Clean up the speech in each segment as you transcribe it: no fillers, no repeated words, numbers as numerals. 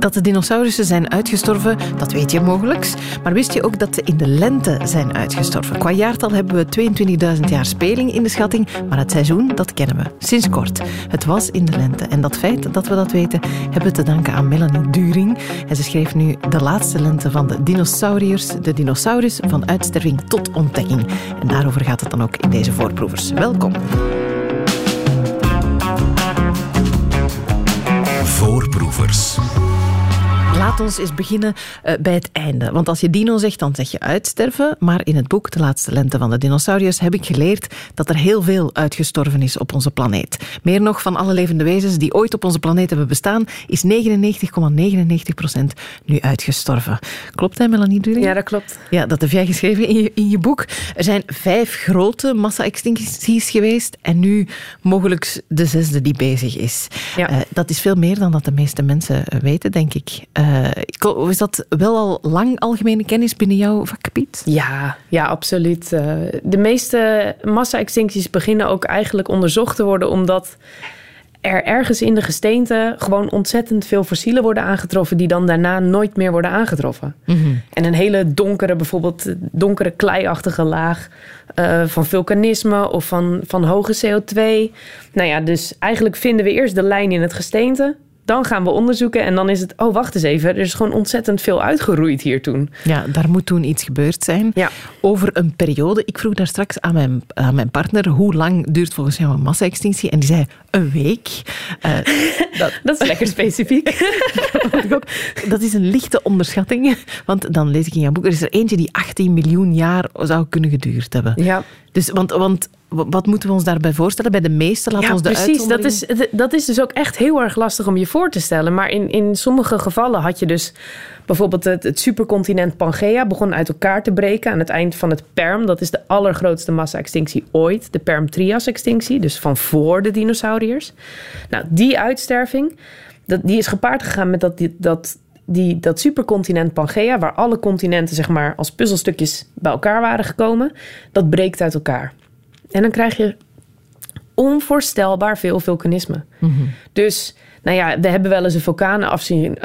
Dat de dinosaurussen zijn uitgestorven, dat weet je mogelijk. Maar wist je ook dat ze in de lente zijn uitgestorven? Qua jaartal hebben we 22.000 jaar speling in de schatting, maar het seizoen, dat kennen we sinds kort. Het was in de lente. En dat feit dat we dat weten, hebben we te danken aan Melanie During. En ze schreef nu De laatste lente van de dinosauriërs. De dinosaurus van uitsterving tot ontdekking. En daarover gaat het dan ook in deze voorproevers. Welkom. Voorproevers. Laat ons eens beginnen bij het einde. Want als je dino zegt, dan zeg je uitsterven. Maar in het boek De laatste lente van de dinosauriërs heb ik geleerd dat er heel veel uitgestorven is op onze planeet. Meer nog, van alle levende wezens die ooit op onze planeet hebben bestaan, is 99,99% nu uitgestorven. Klopt dat, Melanie During? Ja, dat klopt. Ja, dat heb jij geschreven in je boek. Er zijn 5 grote massa-extincties geweest en nu mogelijk de 6e die bezig is. Ja. Dat is veel meer dan dat de meeste mensen weten, denk ik. Is dat wel al lang algemene kennis binnen jouw vakgebied? Ja, absoluut. De meeste massa-extincties beginnen ook eigenlijk onderzocht te worden omdat er ergens in de gesteente gewoon ontzettend veel fossielen worden aangetroffen die dan daarna nooit meer worden aangetroffen. Mm-hmm. En een hele donkere kleiachtige laag van vulkanisme of van hoge CO2. Nou ja, dus eigenlijk vinden we eerst de lijn in het gesteente. Dan gaan we onderzoeken en dan is het, oh wacht eens even, er is gewoon ontzettend veel uitgeroeid hier toen. Ja, daar moet toen iets gebeurd zijn. Ja. Over een periode. Ik vroeg daar straks aan mijn partner, hoe lang duurt volgens jou een massa-extinctie? En die zei, een week. Dat is lekker specifiek. Dat is een lichte onderschatting, want dan lees ik in jouw boek, er is er eentje die 18 miljoen jaar zou kunnen geduurd hebben. Ja. Dus, want wat moeten we ons daarbij voorstellen? Bij de meeste laten ons de uitzondering... Precies. Dat is dus ook echt heel erg lastig om je voor te stellen. Maar in sommige gevallen had je dus bijvoorbeeld het supercontinent Pangea begon uit elkaar te breken aan het eind van het Perm. Dat is de allergrootste massa-extinctie ooit. De Perm-Trias-extinctie, dus van voor de dinosauriërs. Nou, die uitsterving, die is gepaard gegaan met dat supercontinent Pangea, waar alle continenten zeg maar als puzzelstukjes bij elkaar waren gekomen, dat breekt uit elkaar. En dan krijg je onvoorstelbaar veel vulkanisme. Mm-hmm. Dus, nou ja, we hebben wel eens een vulkaan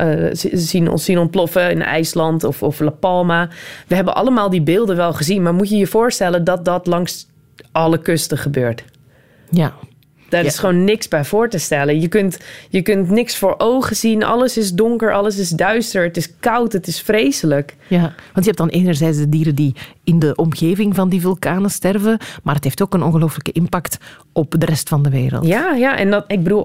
zien ontploffen in IJsland of La Palma. We hebben allemaal die beelden wel gezien, maar moet je je voorstellen dat dat langs alle kusten gebeurt? Ja. Daar is gewoon niks bij voor te stellen. Je kunt niks voor ogen zien. Alles is donker, alles is duister. Het is koud, het is vreselijk. Ja, want je hebt dan enerzijds de dieren die in de omgeving van die vulkanen sterven, maar het heeft ook een ongelooflijke impact op de rest van de wereld. Ja, en ik bedoel,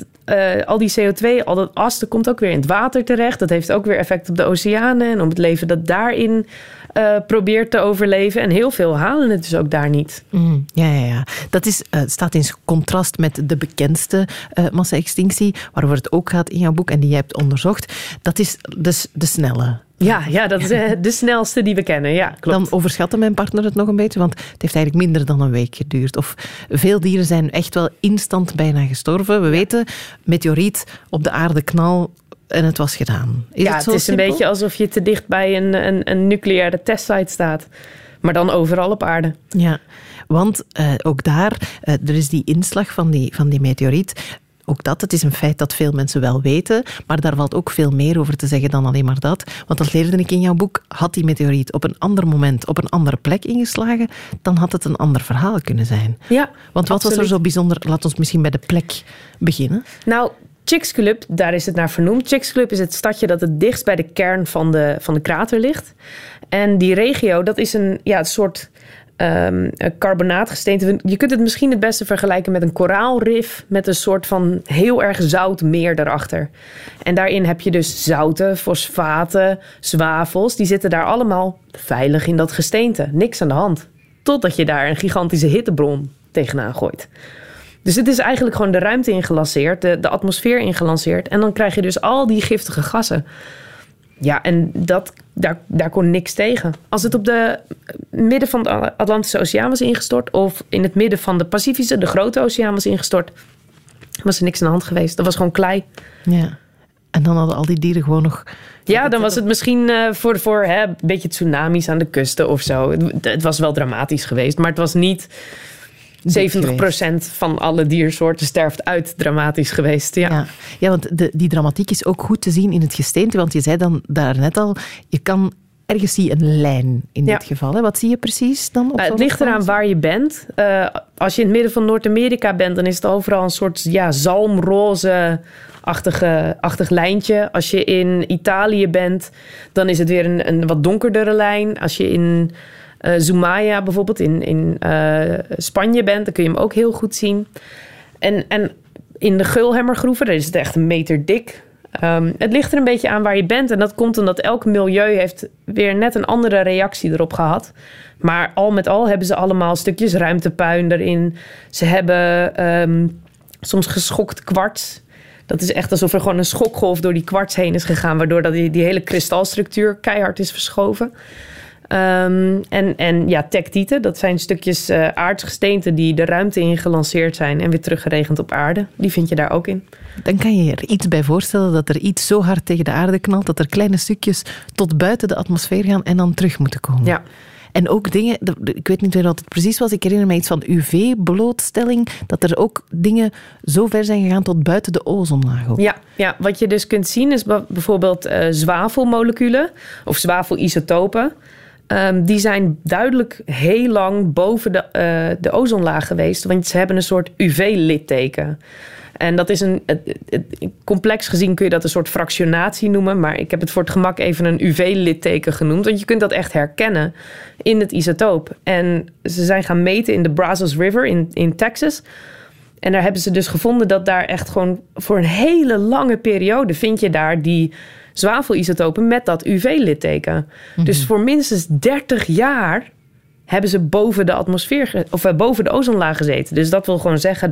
al die CO2, al dat as, dat komt ook weer in het water terecht. Dat heeft ook weer effect op de oceanen en op het leven dat daarin probeert te overleven. En heel veel halen het dus ook daar niet. Ja. Dat staat in contrast met de bekendste massa-extinctie, waarover het ook gaat in jouw boek en die jij hebt onderzocht. Dat is dus de snelle. Ja, dat is de snelste die we kennen. Ja, klopt. Dan overschatte mijn partner het nog een beetje, want het heeft eigenlijk minder dan een week geduurd. Of veel dieren zijn echt wel instant bijna gestorven. We weten, meteoriet op de aarde knal en het was gedaan. Het is een beetje alsof je te dicht bij een nucleaire testsite staat. Maar dan overal op aarde. Ja, want ook daar, er is die inslag van die meteoriet. Ook het is een feit dat veel mensen wel weten, maar daar valt ook veel meer over te zeggen dan alleen maar dat. Want dat leerde ik in jouw boek, had die meteoriet op een ander moment, op een andere plek ingeslagen, dan had het een ander verhaal kunnen zijn. Ja, want wat was er zo bijzonder? Laat ons misschien bij de plek beginnen. Nou, Chicxulub, daar is het naar vernoemd. Chicxulub is het stadje dat het dichtst bij de kern van de krater ligt. En die regio, dat is een soort carbonaatgesteente. Je kunt het misschien het beste vergelijken met een koraalrif met een soort van heel erg zout meer daarachter. En daarin heb je dus zouten, fosfaten, zwavels. Die zitten daar allemaal veilig in dat gesteente. Niks aan de hand. Totdat je daar een gigantische hittebron tegenaan gooit. Dus het is eigenlijk gewoon de ruimte ingelanceerd, de atmosfeer ingelanceerd. En dan krijg je dus al die giftige gassen. Ja, en daar kon niks tegen. Als het op de midden van de Atlantische Oceaan was ingestort, of in het midden van de Pacifische, de Grote Oceaan was ingestort, was er niks aan de hand geweest. Dat was gewoon klei. Ja. En dan hadden al die dieren gewoon nog... Ja, dan was het misschien voor een beetje tsunamis aan de kusten of zo. Het was wel dramatisch geweest, maar het was niet 70% van alle diersoorten sterft uit, dramatisch geweest. Ja, want die dramatiek is ook goed te zien in het gesteente. Want je zei dan daarnet al, je kan ergens zie je een lijn in dit geval. Hè? Wat zie je precies dan? Het ligt eraan waar je bent. Als je in het midden van Noord-Amerika bent, dan is het overal een soort zalmroze-achtig lijntje. Als je in Italië bent, dan is het weer een wat donkerdere lijn. Als je in Zumaya bijvoorbeeld in Spanje bent, dan kun je hem ook heel goed zien. En in de Gulhemmergroeven, daar is het echt 1 meter dik. Het ligt er een beetje aan waar je bent. En dat komt omdat elk milieu heeft weer net een andere reactie erop gehad. Maar al met al hebben ze allemaal stukjes ruimtepuin erin. Ze hebben soms geschokt kwarts. Dat is echt alsof er gewoon een schokgolf door die kwarts heen is gegaan, waardoor dat die hele kristalstructuur keihard is verschoven. En tektieten, dat zijn stukjes aardsgesteente die de ruimte in gelanceerd zijn en weer teruggeregend op aarde. Die vind je daar ook in. Dan kan je er iets bij voorstellen dat er iets zo hard tegen de aarde knalt dat er kleine stukjes tot buiten de atmosfeer gaan en dan terug moeten komen. Ja. En ook dingen, ik weet niet meer wat het precies was, ik herinner me iets van UV-blootstelling, dat er ook dingen zo ver zijn gegaan tot buiten de ozonlaag ook. Ja, wat je dus kunt zien is bijvoorbeeld zwavelmoleculen of zwavelisotopen. Die zijn duidelijk heel lang boven de ozonlaag geweest, want ze hebben een soort UV-litteken. En dat is complex gezien kun je dat een soort fractionatie noemen, maar ik heb het voor het gemak even een UV-litteken genoemd, want je kunt dat echt herkennen in het isotoop. En ze zijn gaan meten in de Brazos River in Texas. En daar hebben ze dus gevonden dat daar echt gewoon voor een hele lange periode vind je daar die zwavelisotopen met dat UV-litteken. Mm-hmm. Dus voor minstens 30 jaar hebben ze boven de atmosfeer of boven de ozonlaag gezeten. Dus dat wil gewoon zeggen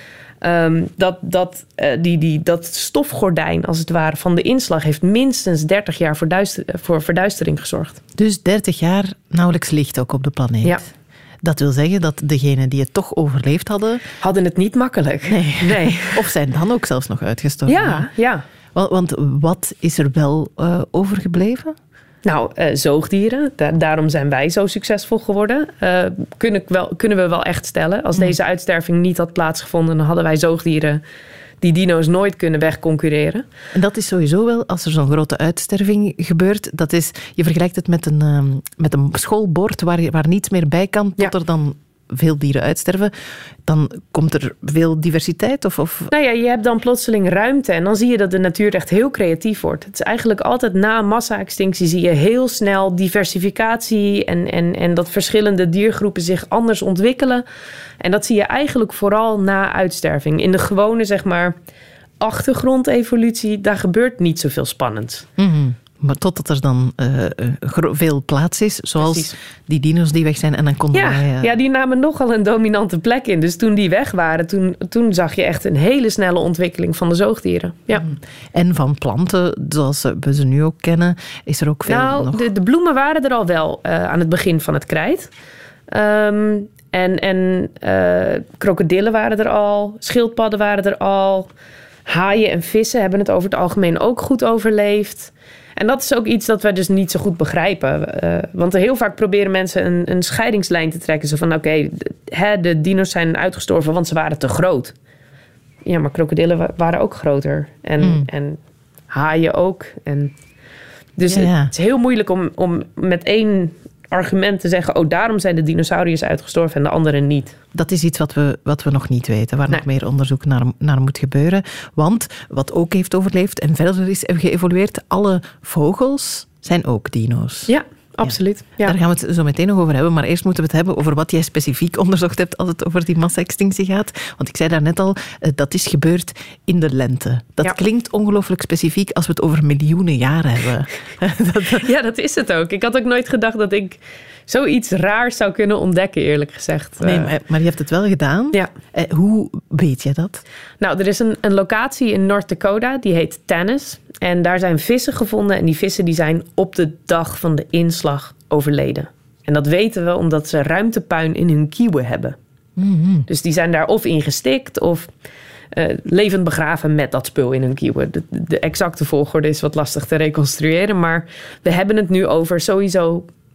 dat stofgordijn, als het ware, van de inslag heeft minstens 30 jaar voor verduistering gezorgd. Dus 30 jaar nauwelijks licht ook op de planeet. Ja. Dat wil zeggen dat degenen die het toch overleefd hadden het niet makkelijk. Nee. Of zijn dan ook zelfs nog uitgestorven. Ja. Want wat is er wel overgebleven? Nou, zoogdieren. Daarom zijn wij zo succesvol geworden. Kunnen we wel echt stellen. Als deze uitsterving niet had plaatsgevonden, dan hadden wij zoogdieren die dino's nooit kunnen wegconcurreren. En dat is sowieso wel, als er zo'n grote uitsterving gebeurt, dat is, je vergelijkt het met een schoolbord waar niets meer bij kan, tot er dan veel dieren uitsterven, dan komt er veel diversiteit? Of? Nou ja, je hebt dan plotseling ruimte en dan zie je dat de natuur echt heel creatief wordt. Het is eigenlijk altijd na massa-extinctie zie je heel snel diversificatie en dat verschillende diergroepen zich anders ontwikkelen. En dat zie je eigenlijk vooral na uitsterving. In de gewone, zeg maar, achtergrondevolutie, daar gebeurt niet zoveel spannends. Mm-hmm. Maar totdat er dan veel plaats is, zoals Precies. Die dino's die weg zijn. En dan konden wij... Ja, die namen nogal een dominante plek in. Dus toen die weg waren, toen zag je echt een hele snelle ontwikkeling van de zoogdieren. Ja. En van planten, zoals we ze nu ook kennen, is er ook veel nog... De bloemen waren er al wel aan het begin van het krijt. Krokodillen waren er al, schildpadden waren er al. Haaien en vissen hebben het over het algemeen ook goed overleefd. En dat is ook iets dat wij dus niet zo goed begrijpen. Want heel vaak proberen mensen een scheidingslijn te trekken. Zo van, oké, de dino's zijn uitgestorven, want ze waren te groot. Ja, maar krokodillen waren ook groter. En haaien ook. Dus het is heel moeilijk om met één argument te zeggen, daarom zijn de dinosauriërs uitgestorven en de anderen niet. Dat is iets wat we nog niet weten, waar nog meer onderzoek naar moet gebeuren. Want wat ook heeft overleefd en verder is geëvolueerd, alle vogels zijn ook dino's. Ja, absoluut. Ja. Daar gaan we het zo meteen nog over hebben, maar eerst moeten we het hebben over wat jij specifiek onderzocht hebt als het over die massa-extinctie gaat. Want ik zei daarnet al, dat is gebeurd in de lente. Dat klinkt ongelooflijk specifiek als we het over miljoenen jaren hebben. Ja, dat is het ook. Ik had ook nooit gedacht dat ik zoiets raars zou kunnen ontdekken, eerlijk gezegd. Nee, maar je hebt het wel gedaan. Ja. Hoe weet je dat? Nou, er is een locatie in North Dakota, die heet Tanis. En daar zijn vissen gevonden en die vissen die zijn op de dag van de inslag overleden. En dat weten we omdat ze ruimtepuin in hun kieuwen hebben. Mm-hmm. Dus die zijn daar of in gestikt of levend begraven met dat spul in hun kieuwen. De exacte volgorde is wat lastig te reconstrueren, maar we hebben het nu over sowieso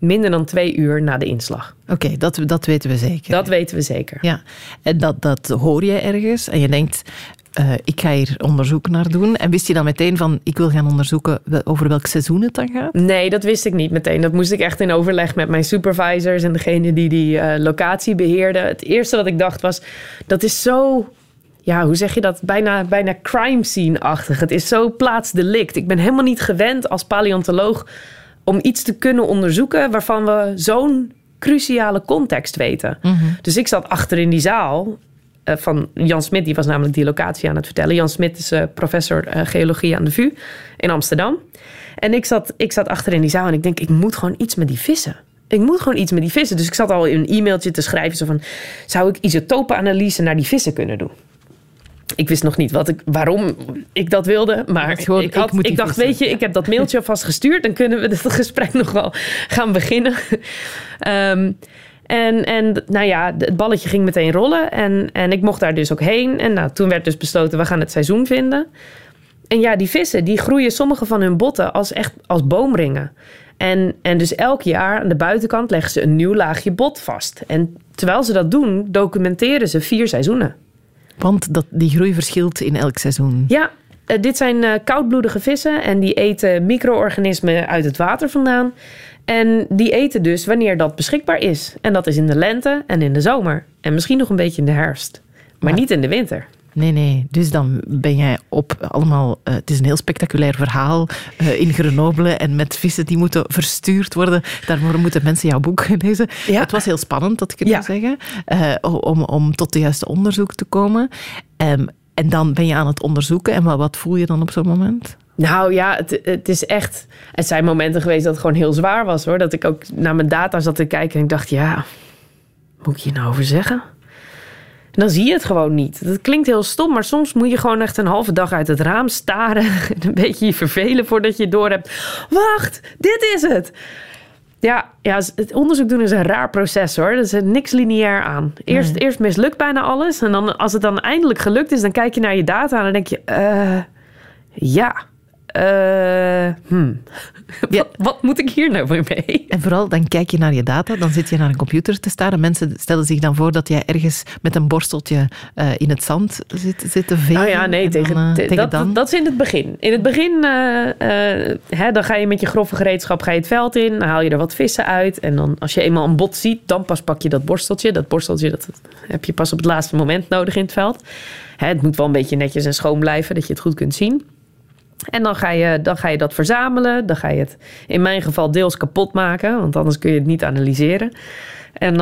minder dan 2 uur na de inslag. Oké, dat weten we zeker. Dat weten we zeker. Ja, en dat hoor je ergens en je denkt, ik ga hier onderzoek naar doen. En wist je dan meteen van, ik wil gaan onderzoeken over welk seizoen het dan gaat? Nee, dat wist ik niet meteen. Dat moest ik echt in overleg met mijn supervisors en degene die locatie beheerde. Het eerste wat ik dacht was, dat is zo... Ja, hoe zeg je dat? Bijna crime scene-achtig. Het is zo plaatsdelict. Ik ben helemaal niet gewend als paleontoloog om iets te kunnen onderzoeken waarvan we zo'n cruciale context weten. Mm-hmm. Dus ik zat achter in die zaal van Jan Smit, die was namelijk die locatie aan het vertellen. Jan Smit is professor geologie aan de VU in Amsterdam. En ik zat achter in die zaal en ik denk, ik moet gewoon iets met die vissen. Dus ik zat al in een e-mailtje te schrijven zo van, zou ik isotopenanalyse naar die vissen kunnen doen? Ik wist nog niet waarom ik dat wilde. Maar ik dacht, weet je, ik heb dat mailtje alvast gestuurd. Dan kunnen we het gesprek nog wel gaan beginnen. En nou ja, het balletje ging meteen rollen. En ik mocht daar dus ook heen. En nou, toen werd dus besloten, we gaan het seizoen vinden. En ja, die vissen, die groeien sommige van hun botten als boomringen. En dus elk jaar aan de buitenkant leggen ze een nieuw laagje bot vast. En terwijl ze dat doen, documenteren ze 4 seizoenen. Want die groei verschilt in elk seizoen. Ja, dit zijn koudbloedige vissen en die eten micro-organismen uit het water vandaan. En die eten dus wanneer dat beschikbaar is. En dat is in de lente en in de zomer. En misschien nog een beetje in de herfst. Maar niet in de winter. Nee. Dus dan ben jij op allemaal... het is een heel spectaculair verhaal in Grenoble en met vissen die moeten verstuurd worden. Daarvoor moeten mensen jouw boek lezen. Ja. Het was heel spannend, dat ik het wil zeggen. Om tot de juiste onderzoek te komen. En dan ben je aan het onderzoeken. En wat voel je dan op zo'n moment? Nou ja, het is echt... Het zijn momenten geweest dat het gewoon heel zwaar was, hoor. Dat ik ook naar mijn data zat te kijken en ik dacht, ja, moet ik hier nou over zeggen? En dan zie je het gewoon niet. Dat klinkt heel stom, maar soms moet je gewoon echt een halve dag uit het raam staren. En een beetje je vervelen voordat je het door hebt. Wacht, dit is het! Ja, het onderzoek doen is een raar proces, hoor. Er is niks lineair aan. Eerst mislukt bijna alles. En dan, als het dan eindelijk gelukt is, dan kijk je naar je data en dan denk je... Wat moet ik hier nou weer mee? En vooral, dan kijk je naar je data, dan zit je naar een computer te staren. Mensen stellen zich dan voor dat jij ergens met een borsteltje in het zand zit te vegen. Nou ja, nee, dat is in het begin. In het begin, dan ga je met je grove gereedschap het veld in, dan haal je er wat vissen uit. En dan, als je eenmaal een bot ziet, dan pas pak je dat borsteltje. Dat borsteltje, dat heb je pas op het laatste moment nodig in het veld. Het moet wel een beetje netjes en schoon blijven, dat je het goed kunt zien. En dan ga je dat verzamelen. Dan ga je het in mijn geval deels kapot maken. Want anders kun je het niet analyseren. En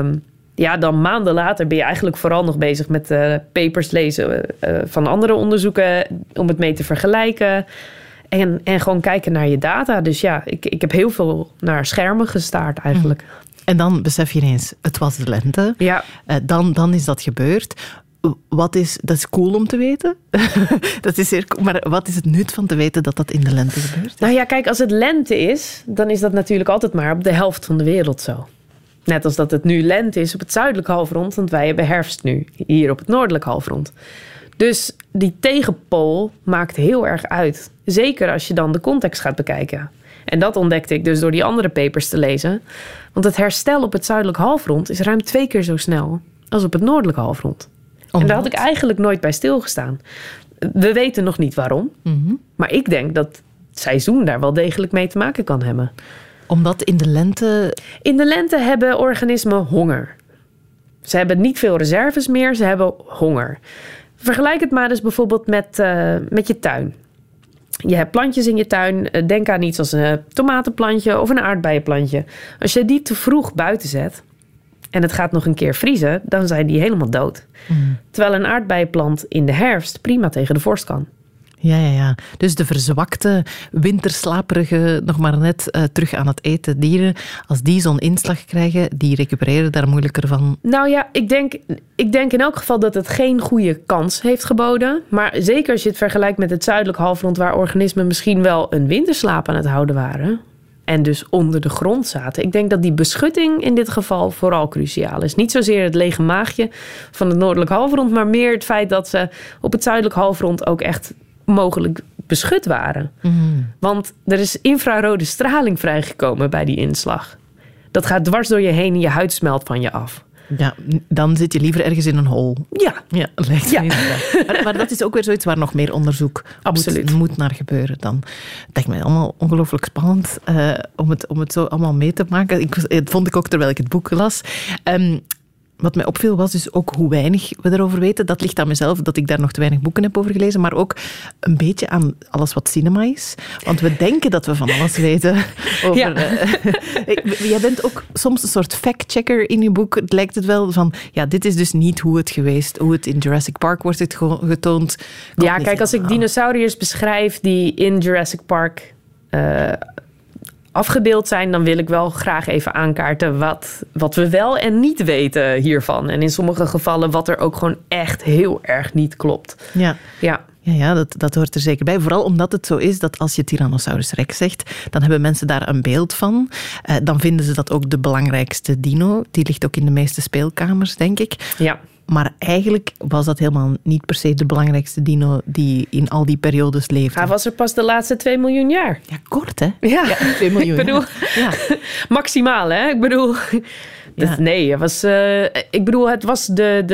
dan maanden later ben je eigenlijk vooral nog bezig met papers lezen van andere onderzoeken. Om het mee te vergelijken. En gewoon kijken naar je data. Dus ja, ik heb heel veel naar schermen gestaard eigenlijk. En dan besef je ineens, het was de lente. Ja. Dan is dat gebeurd. Dat is cool om te weten. Dat is zeer cool. Maar wat is het nut van te weten dat dat in de lente gebeurt? Nou ja, kijk, als het lente is, dan is dat natuurlijk altijd maar op de helft van de wereld zo. Net als dat het nu lente is op het zuidelijk halfrond, want wij hebben herfst nu, hier op het noordelijk halfrond. Dus die tegenpool maakt heel erg uit. Zeker als je dan de context gaat bekijken. En dat ontdekte ik dus door die andere papers te lezen. Want het herstel op het zuidelijk halfrond is ruim 2 keer zo snel als op het noordelijk halfrond. En daar had ik eigenlijk nooit bij stilgestaan. We weten nog niet waarom. Mm-hmm. Maar ik denk dat het seizoen daar wel degelijk mee te maken kan hebben. Omdat in de lente... In de lente hebben organismen honger. Ze hebben niet veel reserves meer, ze hebben honger. Vergelijk het maar eens bijvoorbeeld met je tuin. Je hebt plantjes in je tuin. Denk aan iets als een tomatenplantje of een aardbeienplantje. Als je die te vroeg buiten zet... en het gaat nog een keer vriezen, dan zijn die helemaal dood. Terwijl een aardbeienplant in de herfst prima tegen de vorst kan. Ja. Dus de verzwakte, winterslaperige, nog maar net terug aan het eten dieren, als die zo'n inslag krijgen, die recupereren daar moeilijker van. Nou ja, ik denk in elk geval dat het geen goede kans heeft geboden. Maar zeker als je het vergelijkt met het zuidelijk halfrond, waar organismen misschien wel een winterslaap aan het houden waren... en dus onder de grond zaten. Ik denk dat die beschutting in dit geval vooral cruciaal is. Niet zozeer het lege maagje van het noordelijk halfrond... maar meer het feit dat ze op het zuidelijk halfrond ook echt mogelijk beschut waren. Mm. Want er is infrarode straling vrijgekomen bij die inslag. Dat gaat dwars door je heen en je huid smelt van je af. Ja, dan zit je liever ergens in een hol. Ja. Lijkt me inderdaad. Maar dat is ook weer zoiets waar nog meer onderzoek moet naar gebeuren dan. Het lijkt mij allemaal ongelooflijk spannend om het zo allemaal mee te maken. Dat vond ik ook terwijl ik het boek las. Wat mij opviel was dus ook hoe weinig we erover weten. Dat ligt aan mezelf, dat ik daar nog te weinig boeken heb over gelezen. Maar ook een beetje aan alles wat cinema is. Want we denken dat we van alles weten. Jij bent ook soms een soort fact-checker in je boek. Het lijkt het wel van, dit is dus niet hoe het geweest. Hoe het in Jurassic Park wordt het getoond. Ja, kijk, als ik dinosauriërs beschrijf die in Jurassic Park afgebeeld zijn, dan wil ik wel graag even aankaarten wat we wel en niet weten hiervan. En in sommige gevallen wat er ook gewoon echt heel erg niet klopt. Ja, dat hoort er zeker bij. Vooral omdat het zo is dat als je Tyrannosaurus Rex zegt, dan hebben mensen daar een beeld van. Dan vinden ze dat ook de belangrijkste dino. Die ligt ook in de meeste speelkamers, denk ik. Ja. Maar eigenlijk was dat helemaal niet per se de belangrijkste dino die in al die periodes leefde. Hij was er pas de laatste 2 miljoen jaar. Ja, kort hè? Ja, 2 miljoen. Ik bedoel, maximaal hè? Ik bedoel, nee, het was, het was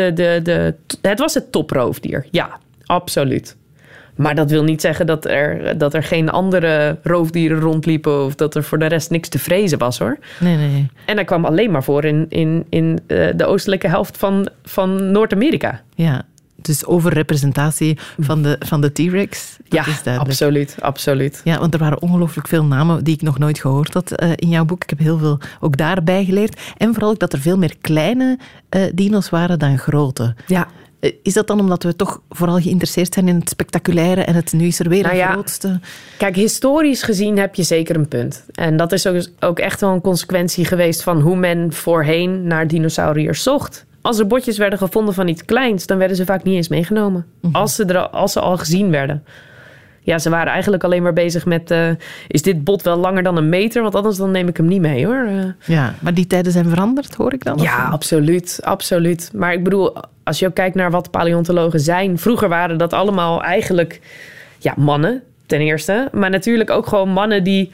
het was het toproofdier. Ja, absoluut. Maar dat wil niet zeggen dat er geen andere roofdieren rondliepen of dat er voor de rest niks te vrezen was, hoor. Nee. En hij kwam alleen maar voor in de oostelijke helft van Noord-Amerika. Ja, dus overrepresentatie van de T-Rex. Ja, absoluut. Ja, want er waren ongelooflijk veel namen die ik nog nooit gehoord had in jouw boek. Ik heb heel veel ook daarbij geleerd. En vooral ook dat er veel meer kleine dino's waren dan grote. Ja. Is dat dan omdat we toch vooral geïnteresseerd zijn in het spectaculaire en het nu is er weer een grootste? Kijk, historisch gezien heb je zeker een punt. En dat is ook echt wel een consequentie geweest van hoe men voorheen naar dinosauriërs zocht. Als er botjes werden gevonden van iets kleins, dan werden ze vaak niet eens meegenomen. Mm-hmm. Als ze al gezien werden. Ja, ze waren eigenlijk alleen maar bezig met, is dit bot wel langer dan 1 meter? Want anders dan neem ik hem niet mee, hoor. Ja, maar die tijden zijn veranderd, hoor ik dan? Ja, absoluut. Maar ik bedoel, als je ook kijkt naar wat paleontologen zijn. Vroeger waren dat allemaal eigenlijk mannen, ten eerste. Maar natuurlijk ook gewoon mannen die,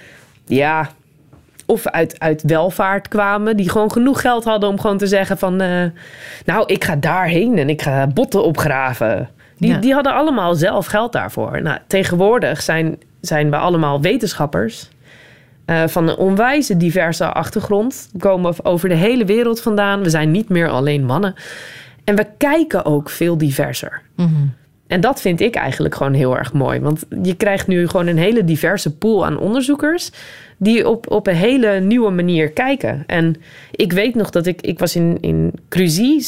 of uit welvaart kwamen. Die gewoon genoeg geld hadden om gewoon te zeggen van, ik ga daarheen en ik ga botten opgraven. Die hadden allemaal zelf geld daarvoor. Nou, tegenwoordig zijn we allemaal wetenschappers van een onwijze diverse achtergrond. We komen over de hele wereld vandaan. We zijn niet meer alleen mannen. En we kijken ook veel diverser. Mm-hmm. En dat vind ik eigenlijk gewoon heel erg mooi. Want je krijgt nu gewoon een hele diverse pool aan onderzoekers die op een hele nieuwe manier kijken. En ik weet nog dat ik was in Cruzy,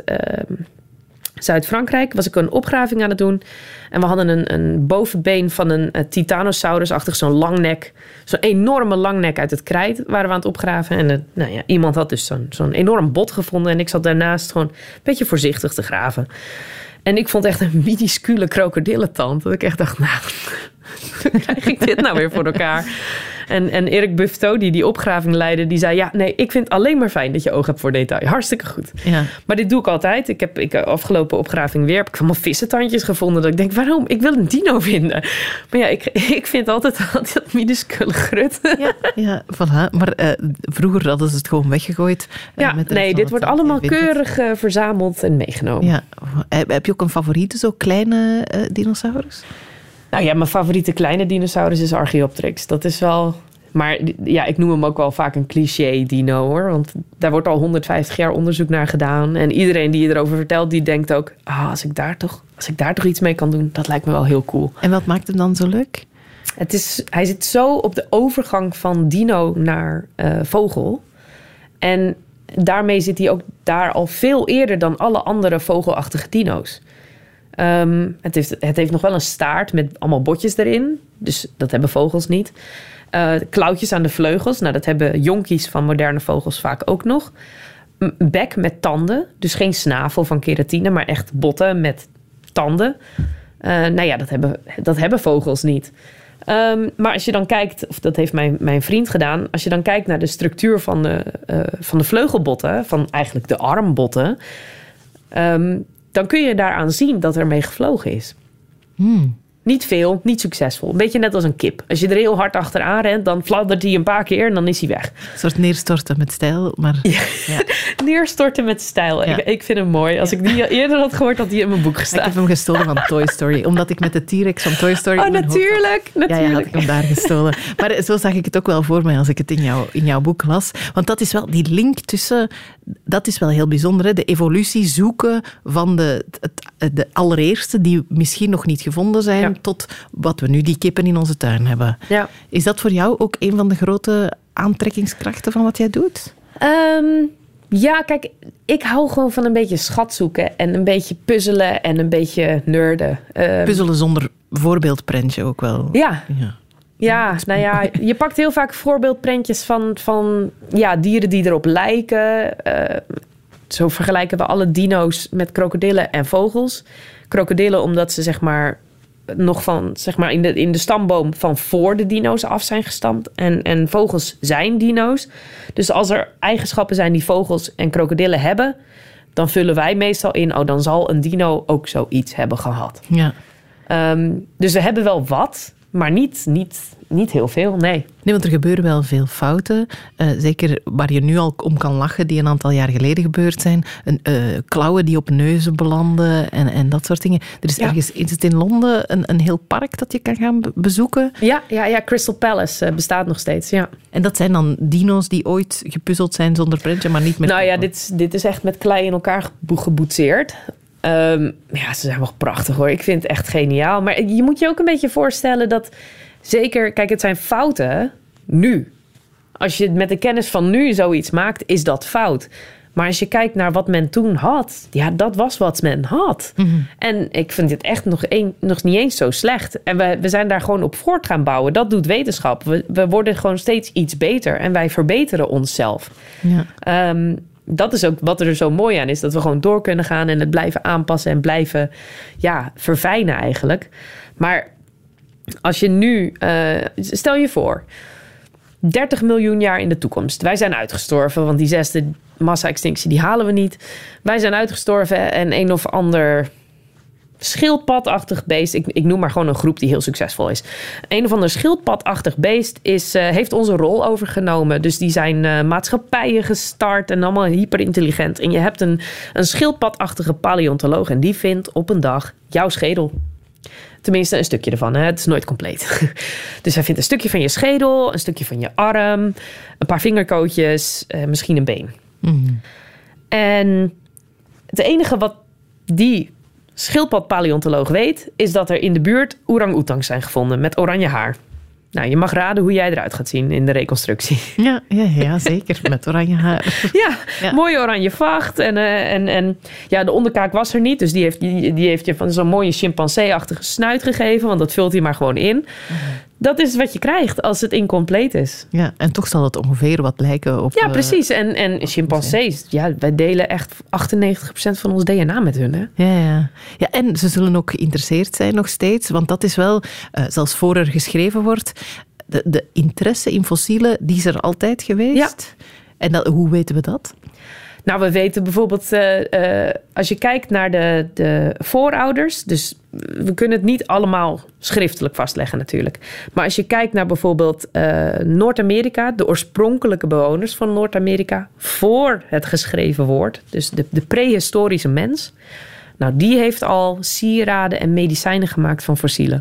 Zuid-Frankrijk, was ik een opgraving aan het doen. En we hadden een bovenbeen van een Titanosaurus-achtig, zo'n langnek. Zo'n enorme langnek uit het krijt waren we aan het opgraven. En iemand had dus zo'n enorm bot gevonden. En ik zat daarnaast gewoon een beetje voorzichtig te graven. En ik vond echt een minuscule krokodillentand. Dat ik echt dacht, hoe krijg ik dit nou weer voor elkaar? En Erik Buffetot, die opgraving leidde, die zei, ik vind het alleen maar fijn dat je oog hebt voor detail. Hartstikke goed. Ja. Maar dit doe ik altijd. Ik afgelopen opgraving weer heb ik allemaal vissentandjes gevonden. Dat ik denk, waarom? Ik wil een dino vinden. Maar ik vind altijd dat minuscule grut. Ja, voilà. Maar vroeger hadden ze het gewoon weggegooid. Dit wordt allemaal keurig verzameld en meegenomen. Ja. Heb je ook een favoriete, zo kleine dinosaurus? Nou ja, mijn favoriete kleine dinosaurus is Archaeopteryx. Dat is wel... Maar ik noem hem ook wel vaak een cliché dino, hoor. Want daar wordt al 150 jaar onderzoek naar gedaan. En iedereen die je erover vertelt, die denkt ook... als ik daar toch iets mee kan doen, dat lijkt me wel heel cool. En wat maakt hem dan zo leuk? Hij zit zo op de overgang van dino naar vogel. En daarmee zit hij ook daar al veel eerder dan alle andere vogelachtige dino's. Het heeft nog wel een staart met allemaal botjes erin. Dus dat hebben vogels niet. Klauwtjes aan de vleugels. Nou, dat hebben jonkies van moderne vogels vaak ook nog. Een bek met tanden. Dus geen snavel van keratine, maar echt botten met tanden. Dat hebben vogels niet. Maar als je dan kijkt, of dat heeft mijn vriend gedaan... als je dan kijkt naar de structuur van de vleugelbotten... van eigenlijk de armbotten... dan kun je daaraan zien dat er mee gevlogen is. Niet veel, niet succesvol. Een beetje net als een kip. Als je er heel hard achteraan rent, dan fladdert hij een paar keer en dan is hij weg. Een soort neerstorten met stijl, maar... Ja. Neerstorten met stijl. Ja. Ik vind hem mooi. Als ik die eerder had gehoord, had hij in mijn boek gestaan. Ik heb hem gestolen van Toy Story, omdat ik met de T-Rex van Toy Story... Oh, in mijn hoofd natuurlijk. had. Ja, had ik hem daar gestolen. Maar zo zag ik het ook wel voor mij als ik het in jouw boek las. Want dat is wel, die link tussen... Dat is wel heel bijzonder, hè? De evolutie zoeken van de allereerste, die misschien nog niet gevonden zijn, tot wat we nu, die kippen in onze tuin hebben. Ja. Is dat voor jou ook een van de grote aantrekkingskrachten van wat jij doet? Ja, kijk, ik hou gewoon van een beetje schat zoeken en een beetje puzzelen en een beetje nerden. Puzzelen zonder voorbeeldprentje ook wel. Ja, nou ja, je pakt heel vaak voorbeeldprentjes van dieren die erop lijken. Zo vergelijken we alle dino's met krokodillen en vogels. Krokodillen omdat ze nog van in de stamboom van voor de dino's af zijn gestampt. En vogels zijn dino's. Dus als er eigenschappen zijn die vogels en krokodillen hebben, dan vullen wij meestal in, dan zal een dino ook zoiets hebben gehad. Ja. Dus we hebben wel wat, maar niet heel veel, nee. Nee, want er gebeuren wel veel fouten. Zeker waar je nu al om kan lachen, die een aantal jaar geleden gebeurd zijn. Klauwen die op neuzen belanden en dat soort dingen. Er is ergens, is het in Londen, een heel park dat je kan gaan bezoeken? Ja, Crystal Palace bestaat nog steeds, ja. En dat zijn dan dino's die ooit gepuzzeld zijn zonder prentje, maar niet met... Nou ja, dit is echt met klei in elkaar geboetseerd. Ze zijn wel prachtig hoor. Ik vind het echt geniaal. Maar je moet je ook een beetje voorstellen dat... Zeker, kijk, het zijn fouten nu. Als je met de kennis van nu zoiets maakt, is dat fout. Maar als je kijkt naar wat men toen had, dat was wat men had. Mm-hmm. En ik vind dit echt nog niet eens zo slecht. En we zijn daar gewoon op voort gaan bouwen. Dat doet wetenschap. We worden gewoon steeds iets beter en wij verbeteren onszelf. Ja. Dat is ook wat er zo mooi aan is. Dat we gewoon door kunnen gaan en het blijven aanpassen en blijven verfijnen eigenlijk. Maar als je nu, stel je voor, 30 miljoen jaar in de toekomst. Wij zijn uitgestorven, want die 6e massa-extinctie die halen we niet. Wij zijn uitgestorven en een of ander schildpadachtig beest. Ik noem maar gewoon een groep die heel succesvol is. Een of ander schildpadachtig beest heeft onze rol overgenomen. Dus die zijn maatschappijen gestart en allemaal hyperintelligent. En je hebt een schildpadachtige paleontoloog en die vindt op een dag jouw schedel. Tenminste, een stukje ervan. Hè? Het is nooit compleet. Dus hij vindt een stukje van je schedel, een stukje van je arm, een paar vingerkootjes, misschien een been. Mm. En het enige wat die schildpadpaleontoloog weet, is dat er in de buurt orang-oetangs zijn gevonden met oranje haar. Nou, je mag raden hoe jij eruit gaat zien in de reconstructie. Ja, zeker. Met oranje haar. Ja, mooie oranje vacht. En de onderkaak was er niet. Dus die heeft je van zo'n mooie chimpansee-achtige snuit gegeven. Want dat vult hij maar gewoon in. Mm-hmm. Dat is wat je krijgt als het incompleet is. Ja, en toch zal het ongeveer wat lijken op... Ja, precies. En chimpansees, wij delen echt 98% van ons DNA met hun. Hè? Ja, en ze zullen ook geïnteresseerd zijn nog steeds. Want dat is wel, zelfs voor er geschreven wordt... De interesse in fossielen, die is er altijd geweest. Ja. En hoe weten we dat? Nou, we weten bijvoorbeeld, als je kijkt naar de voorouders... dus we kunnen het niet allemaal schriftelijk vastleggen natuurlijk. Maar als je kijkt naar bijvoorbeeld Noord-Amerika... de oorspronkelijke bewoners van Noord-Amerika... voor het geschreven woord, dus de prehistorische mens... nou, die heeft al sieraden en medicijnen gemaakt van fossielen.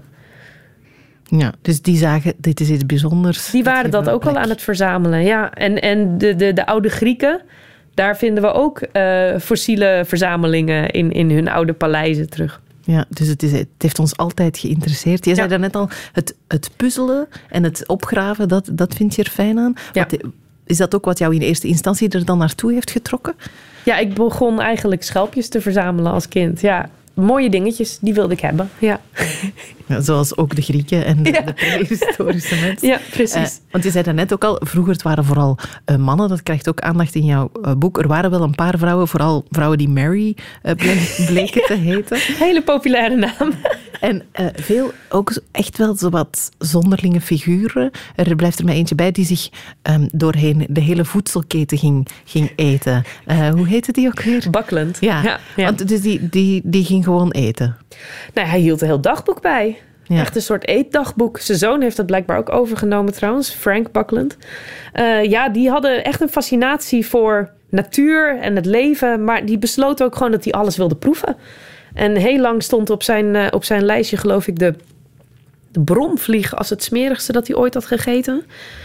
Ja, dus die zagen, dit is iets bijzonders. Die waren dat ook al aan het verzamelen, ja. En de oude Grieken... daar vinden we ook fossiele verzamelingen in hun oude paleizen terug. Ja, dus het heeft ons altijd geïnteresseerd. Je zei daarnet al, het puzzelen en het opgraven, dat vind je er fijn aan. Ja. Is dat ook wat jou in eerste instantie er dan naartoe heeft getrokken? Ja, ik begon eigenlijk schelpjes te verzamelen als kind, ja. Mooie dingetjes, die wilde ik hebben, ja. Ja, zoals ook de Grieken en de prehistorische mensen. Ja, precies. Want je zei daarnet ook al, vroeger het waren vooral mannen. Dat krijgt ook aandacht in jouw boek. Er waren wel een paar vrouwen, vooral vrouwen die Mary bleken te heten. Hele populaire naam. En veel ook echt wel zo wat zonderlinge figuren. Er blijft er maar eentje bij die zich doorheen de hele voedselketen ging eten. Hoe heette die ook weer? Buckland. Ja. Want dus die ging gewoon eten. Nou, hij hield een heel dagboek bij. Ja. Echt een soort eetdagboek. Zijn zoon heeft dat blijkbaar ook overgenomen trouwens. Frank Buckland. Die hadden echt een fascinatie voor natuur en het leven. Maar die besloot ook gewoon dat hij alles wilde proeven. En heel lang stond op zijn lijstje, geloof ik, de bromvlieg als het smerigste dat hij ooit had gegeten.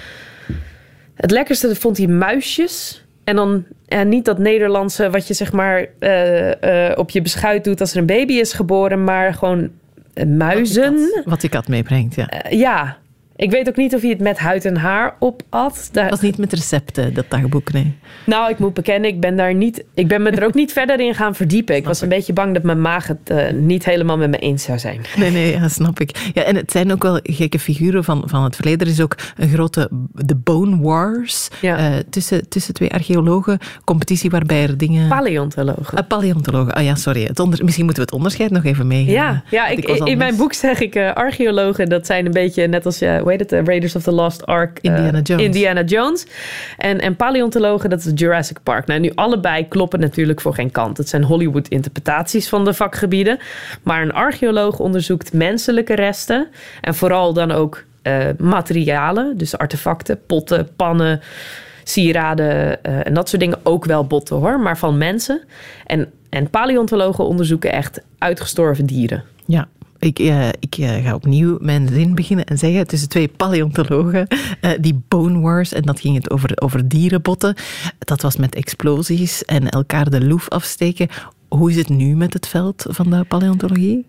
Het lekkerste vond hij muisjes. En dan niet dat Nederlandse wat je zeg maar op je beschuit doet als er een baby is geboren, maar gewoon muizen. Wat die kat meebrengt, ja. Ja. Ik weet ook niet of hij het met huid en haar opat. Dat was niet met recepten, dat dagboek, nee. Nou, ik moet bekennen, ik ben me er ook niet verder in gaan verdiepen. Ik was een beetje bang dat mijn maag het niet helemaal met me eens zou zijn. Nee, ja, snap ik. Ja, en het zijn ook wel gekke figuren van het verleden. Er is ook een grote The Bone Wars tussen twee archeologen. Competitie waarbij er dingen... Paleontologen. Paleontologen. Ah ja, sorry. Misschien moeten we het onderscheid nog even meegeven. Ja, in mijn boek zeg ik archeologen. Dat zijn een beetje net als... Raiders of the Lost Ark. Indiana Jones. En paleontologen, dat is Jurassic Park. Nou, nu allebei kloppen natuurlijk voor geen kant. Het zijn Hollywood-interpretaties van de vakgebieden. Maar een archeoloog onderzoekt menselijke resten. En vooral dan ook materialen. Dus artefacten, potten, pannen, sieraden en dat soort dingen. Ook wel botten hoor, maar van mensen. En paleontologen onderzoeken echt uitgestorven dieren. Ja. Ik ga opnieuw mijn zin beginnen en zeggen tussen twee paleontologen, die Bone Wars, en dat ging het over dierenbotten. Dat was met explosies en elkaar de loef afsteken. Hoe is het nu met het veld van de paleontologie?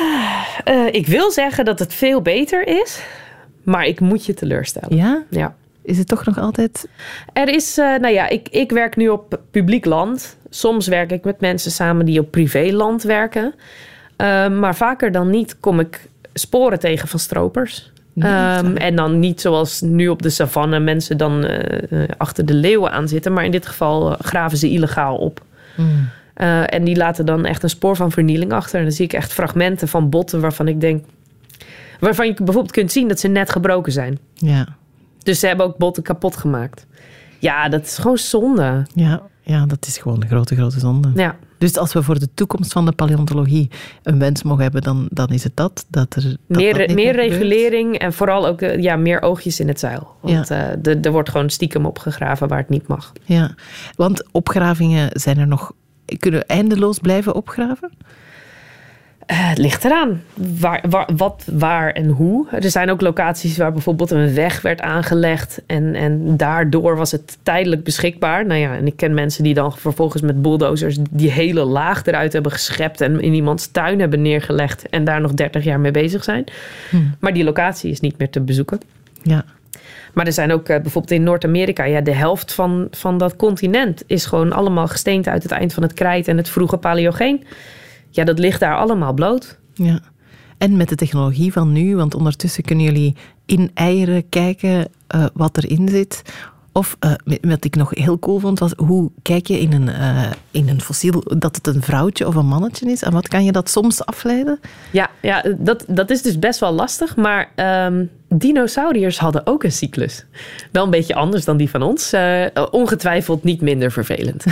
Ik wil zeggen dat het veel beter is, maar ik moet je teleurstellen. Ja? Ja. Is het toch nog altijd... Er is, ik werk nu op publiek land. Soms werk ik met mensen samen die op privéland werken. Maar vaker dan niet kom ik sporen tegen van stropers. En dan niet zoals nu op de savanne mensen dan achter de leeuwen aan zitten. Maar in dit geval graven ze illegaal op. En die laten dan echt een spoor van vernieling achter. En dan zie ik echt fragmenten van botten waarvan ik denk... Waarvan je bijvoorbeeld kunt zien dat ze net gebroken zijn. Ja. Dus ze hebben ook botten kapot gemaakt. Ja, dat is gewoon zonde. Ja, dat is gewoon een grote, grote zonde. Ja. Dus als we voor de toekomst van de paleontologie een wens mogen hebben, dan is het dat er meer regulering en vooral ook meer oogjes in het zeil. Want er wordt gewoon stiekem opgegraven waar het niet mag. Ja, want opgravingen zijn er nog... Kunnen we eindeloos blijven opgraven? Het ligt eraan. Waar en hoe. Er zijn ook locaties waar bijvoorbeeld een weg werd aangelegd. En daardoor was het tijdelijk beschikbaar. Nou ja, en ik ken mensen die dan vervolgens met bulldozers die hele laag eruit hebben geschept. En in iemands tuin hebben neergelegd. En daar nog 30 jaar mee bezig zijn. Maar die locatie is niet meer te bezoeken. Ja. Maar er zijn ook bijvoorbeeld in Noord-Amerika... de helft van dat continent is gewoon allemaal gesteente uit het eind van het Krijt en het vroege Paleogeen. Ja, dat ligt daar allemaal bloot. Ja. En met de technologie van nu, want ondertussen kunnen jullie in eieren kijken wat erin zit. Of, wat ik nog heel cool vond, was hoe kijk je in een fossiel dat het een vrouwtje of een mannetje is? En wat kan je dat soms afleiden? Ja, dat is dus best wel lastig. Maar dinosauriërs hadden ook een cyclus. Wel een beetje anders dan die van ons. Ongetwijfeld niet minder vervelend.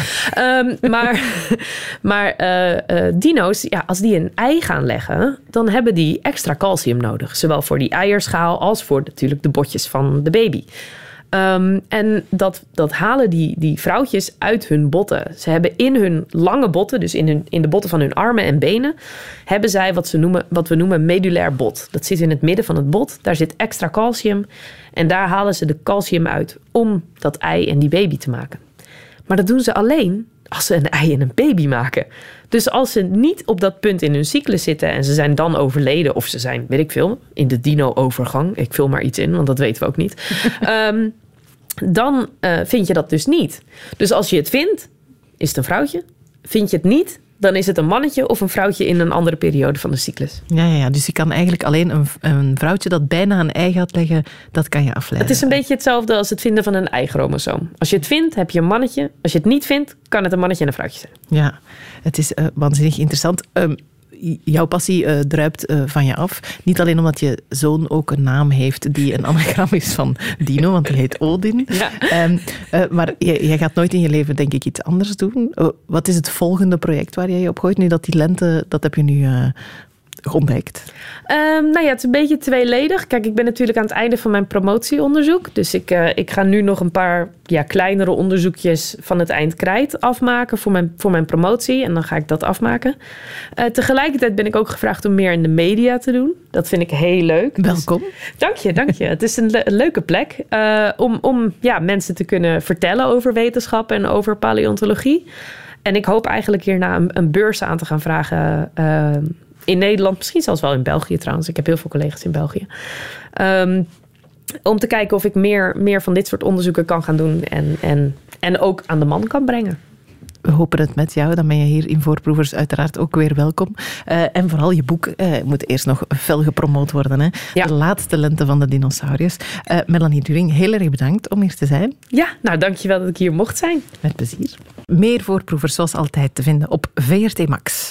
Maar dino's, als die een ei gaan leggen, dan hebben die extra calcium nodig. Zowel voor die eierschaal als voor natuurlijk de botjes van de baby. En dat halen die vrouwtjes uit hun botten. Ze hebben in hun lange botten, dus in de botten van hun armen en benen, hebben zij wat we noemen medulair bot. Dat zit in het midden van het bot. Daar zit extra calcium. En daar halen ze de calcium uit om dat ei en die baby te maken. Maar dat doen ze alleen als ze een ei en een baby maken. Dus als ze niet op dat punt in hun cyclus zitten en ze zijn dan overleden, of ze zijn, weet ik veel, in de dino-overgang. Ik vul maar iets in, want dat weten we ook niet. Dan vind je dat dus niet. Dus als je het vindt, is het een vrouwtje. Vind je het niet, dan is het een mannetje of een vrouwtje in een andere periode van de cyclus. Ja, dus je kan eigenlijk alleen een vrouwtje dat bijna een ei gaat leggen, dat kan je afleiden. Het is een beetje hetzelfde als het vinden van een ei-chromosoom. Als je het vindt, heb je een mannetje. Als je het niet vindt, kan het een mannetje en een vrouwtje zijn. Ja, het is waanzinnig interessant. Jouw passie druipt van je af. Niet alleen omdat je zoon ook een naam heeft die een anagram is van Dino, want die heet Odin. Ja. Maar jij gaat nooit in je leven, denk ik, iets anders doen. Wat is het volgende project waar jij je op gooit? Nu dat die lente, dat heb je nu ontdekt? Het is een beetje tweeledig. Kijk, ik ben natuurlijk aan het einde van mijn promotieonderzoek. Dus ik ga nu nog een paar kleinere onderzoekjes van het eind krijt afmaken voor mijn promotie. En dan ga ik dat afmaken. Tegelijkertijd ben ik ook gevraagd om meer in de media te doen. Dat vind ik heel leuk. Welkom. Dus, dank je. Het is een leuke plek om mensen te kunnen vertellen over wetenschap en over paleontologie. En ik hoop eigenlijk hierna een beurs aan te gaan vragen in Nederland. Misschien zelfs wel in België trouwens. Ik heb heel veel collega's in België. Om te kijken of ik meer van dit soort onderzoeken kan gaan doen. En ook aan de man kan brengen. We hopen het met jou. Dan ben je hier in Voorproevers uiteraard ook weer welkom. En vooral je boek moet eerst nog fel gepromoot worden. Hè? Ja. De laatste lente van de dinosauriërs. Melanie During, heel erg bedankt om hier te zijn. Ja, dankjewel dat ik hier mocht zijn. Met plezier. Meer Voorproevers zoals altijd te vinden op VRT Max.